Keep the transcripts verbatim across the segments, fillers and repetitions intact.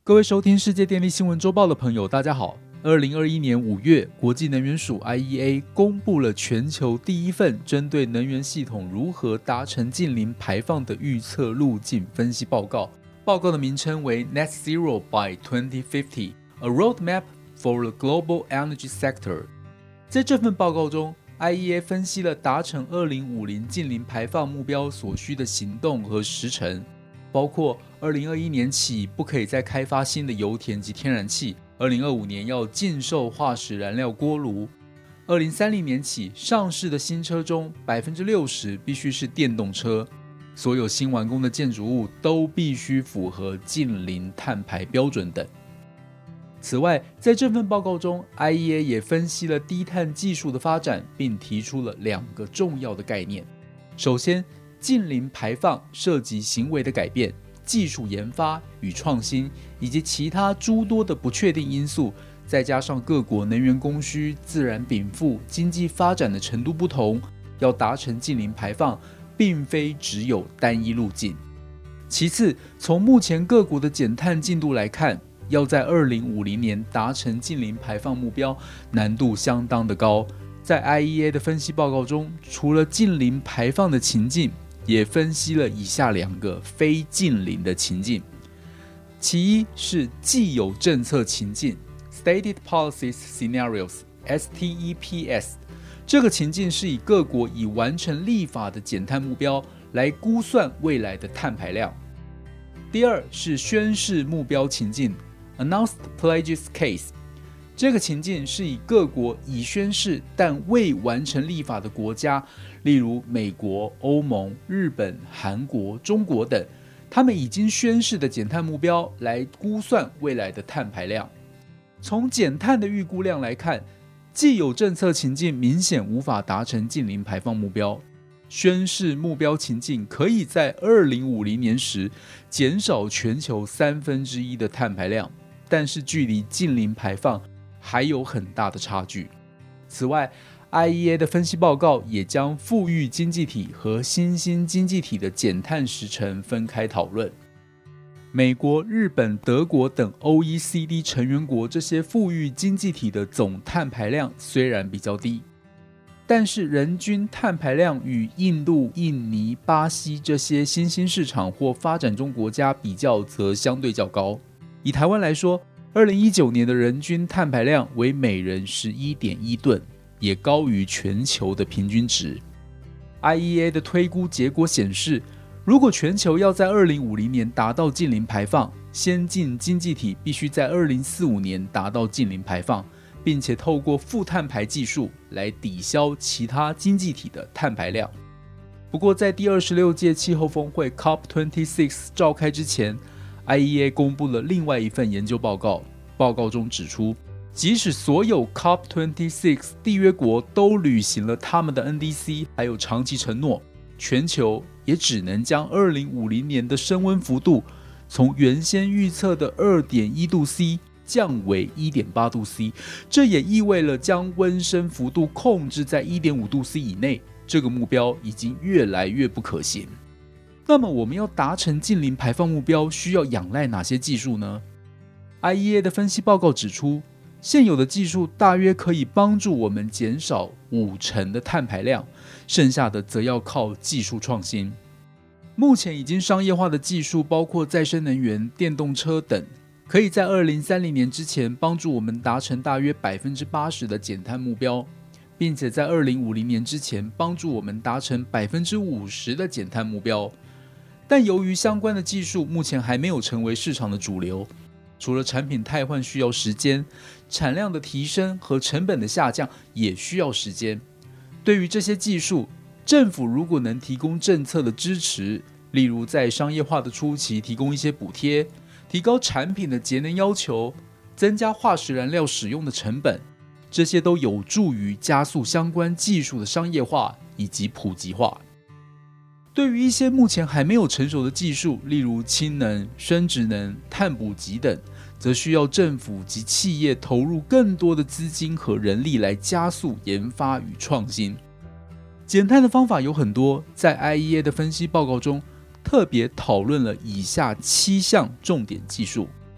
各位收听世界电力新闻周报的朋友，大家好。二零二一年五月，国际能源署 I E A 公布了全球第一份针对能源系统如何达成净零排放的预测路径分析报告。报告的名称为 Net Zero by twenty fifty: A Roadmap for the Global Energy Sector。在这份报告中， I E A 分析了达成二零五零净零排放目标所需的行动和时程，包括二零二一年起不可以再开发新的油田及天然气，二零二五年要禁售化石燃料锅炉，二零三零年起上市的新车中 百分之六十 必须是电动车，所有新完工的建筑物都必须符合净零碳排标准等。此外，在这份报告中 I E A 也分析了低碳技术的发展，并提出了两个重要的概念。首先，净零排放涉及行为的改变、技术研发与创新，以及其他诸多的不确定因素，再加上各国能源供需、自然禀赋、经济发展的程度不同，要达成净零排放，并非只有单一路径。其次，从目前各国的减碳进度来看，要在二零五零年达成净零排放目标，难度相当的高。在 I E A 的分析报告中，除了净零排放的情境，也分析了以下两个非净零的情境。其一是既有政策情境 Stated Policies Scenarios S T E P S， 这个情境是以各国已完成立法的减碳目标来估算未来的碳排量。第二是宣示目标情境 Announced Pledges Case， 这个情境是以各国已宣示但未完成立法的国家，例如美国、欧盟、日本、韩国、中国等，他们已经宣示的减碳目标来估算未来的碳排量。从减碳的预估量来看，既有政策情境明显无法达成净零排放目标，宣示目标情境可以在二零五零年时减少全球三分之一的碳排量，但是距离净零排放还有很大的差距。此外， I E A 的分析报告也将富裕经济体和新兴经济体的减碳时程分开讨论。美国、日本、德国等 O E C D 成员国这些富裕经济体的总碳排量虽然比较低，但是人均碳排量与印度、印尼、巴西这些新兴市场或发展中国家比较则相对较高。以台湾来说，二零一九年的人均碳排量为每人 十一点一吨，也高于全球的平均值。 I E A 的推估结果显示，如果全球要在二零五零年达到净零排放，先进经济体必须在二零四五年达到净零排放，并且透过负碳排技术来抵消其他经济体的碳排量。不过在第二十六届气候峰会 C O P 二十六 召开之前， I E A 公布了另外一份研究报告，报告中指出，即使所有 C O P 二十六 缔约国都履行了他们的 N D C 还有长期承诺，全球也只能将二零五零年的升温幅度从原先预测的 二点一度 C 降为 一点八度 C， 这也意味了将温升幅度控制在 一点五度 C 以内，这个目标已经越来越不可行。那么我们要达成净零排放目标需要仰赖哪些技术呢？ I E A 的分析报告指出，现有的技术大约可以帮助我们减少五成的碳排量，剩下的则要靠技术创新。目前已经商业化的技术包括再生能源、电动车等，可以在二零三零年之前帮助我们达成大约 百分之八十 的减碳目标，并且在二零五零年之前帮助我们达成 百分之五十 的减碳目标。但由于相关的技术目前还没有成为市场的主流，除了产品汰换需要时间，产量的提升和成本的下降也需要时间。对于这些技术，政府如果能提供政策的支持，例如在商业化的初期提供一些补贴，提高产品的节能要求，增加化石燃料使用的成本，这些都有助于加速相关技术的商业化以及普及化。对于一些目前还没有成熟的技术，例如氢能、生质能、碳捕集等，则需要政府及企业投入更多的资金和人力来加速研发与创新。减碳的方法有很多，在 I E A 的分析报告中特别讨论了以下七项重点技术。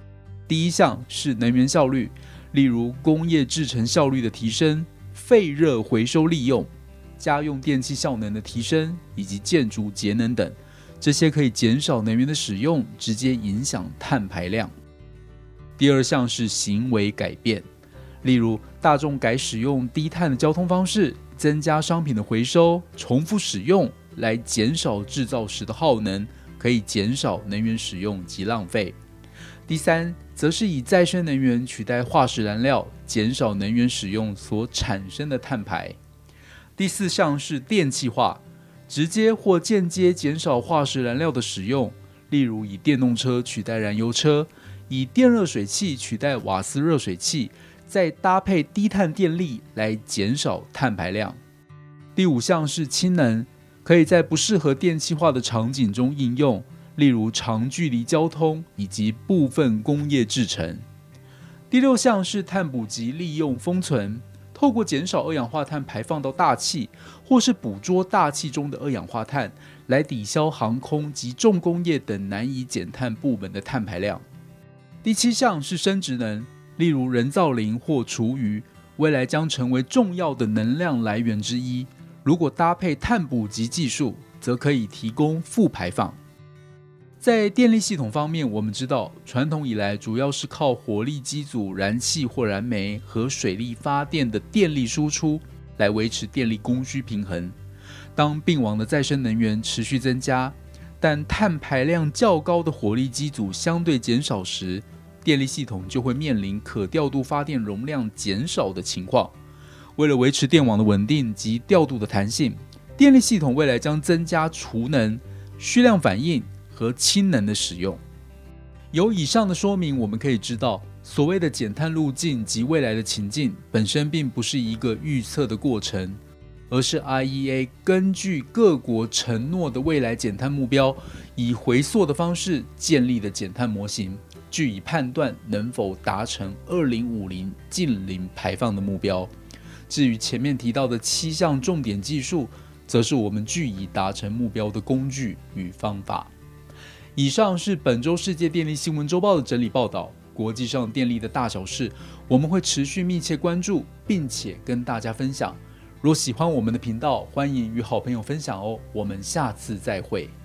第一项是能源效率，例如工业制程效率的提升、废热回收利用、家用电器效能的提升以及建筑节能等，这些可以减少能源的使用，直接影响碳排量。第二项是行为改变，例如大众改使用低碳的交通方式，增加商品的回收、重复使用，来减少制造时的耗能，可以减少能源使用及浪费。第三，则是以再生能源取代化石燃料，减少能源使用所产生的碳排。第四项是电气化，直接或间接减少化石燃料的使用，例如以电动车取代燃油车，以电热水器取代瓦斯热水器，再搭配低碳电力来减少碳排量。第五项是氢能，可以在不适合电气化的场景中应用，例如长距离交通以及部分工业制程。第六项是碳捕集利用封存，透过减少二氧化碳排放到大气，或是捕捉大气中的二氧化碳，来抵消航空及重工业等难以减碳部门的碳排量。第七项是生质能，例如人造林或厨余，未来将成为重要的能量来源之一。如果搭配碳捕集技术，则可以提供负排放。在电力系统方面，我们知道传统以来主要是靠火力机组、燃气或燃煤和水力发电的电力输出来维持电力供需平衡。当并网的再生能源持续增加，但碳排量较高的火力机组相对减少时，电力系统就会面临可调度发电容量减少的情况。为了维持电网的稳定及调度的弹性，电力系统未来将增加储能、虚量反应和氢能的使用。由以上的说明，我们可以知道，所谓的减碳路径及未来的情境本身并不是一个预测的过程，而是 I E A 根据各国承诺的未来减碳目标，以回溯的方式建立的减碳模型，据以判断能否达成二零五零净零排放的目标。至于前面提到的七项重点技术，则是我们据以达成目标的工具与方法。以上是本周世界电力新闻周报的整理报道，国际上电力的大小事，我们会持续密切关注，并且跟大家分享。若喜欢我们的频道，欢迎与好朋友分享哦。我们下次再会。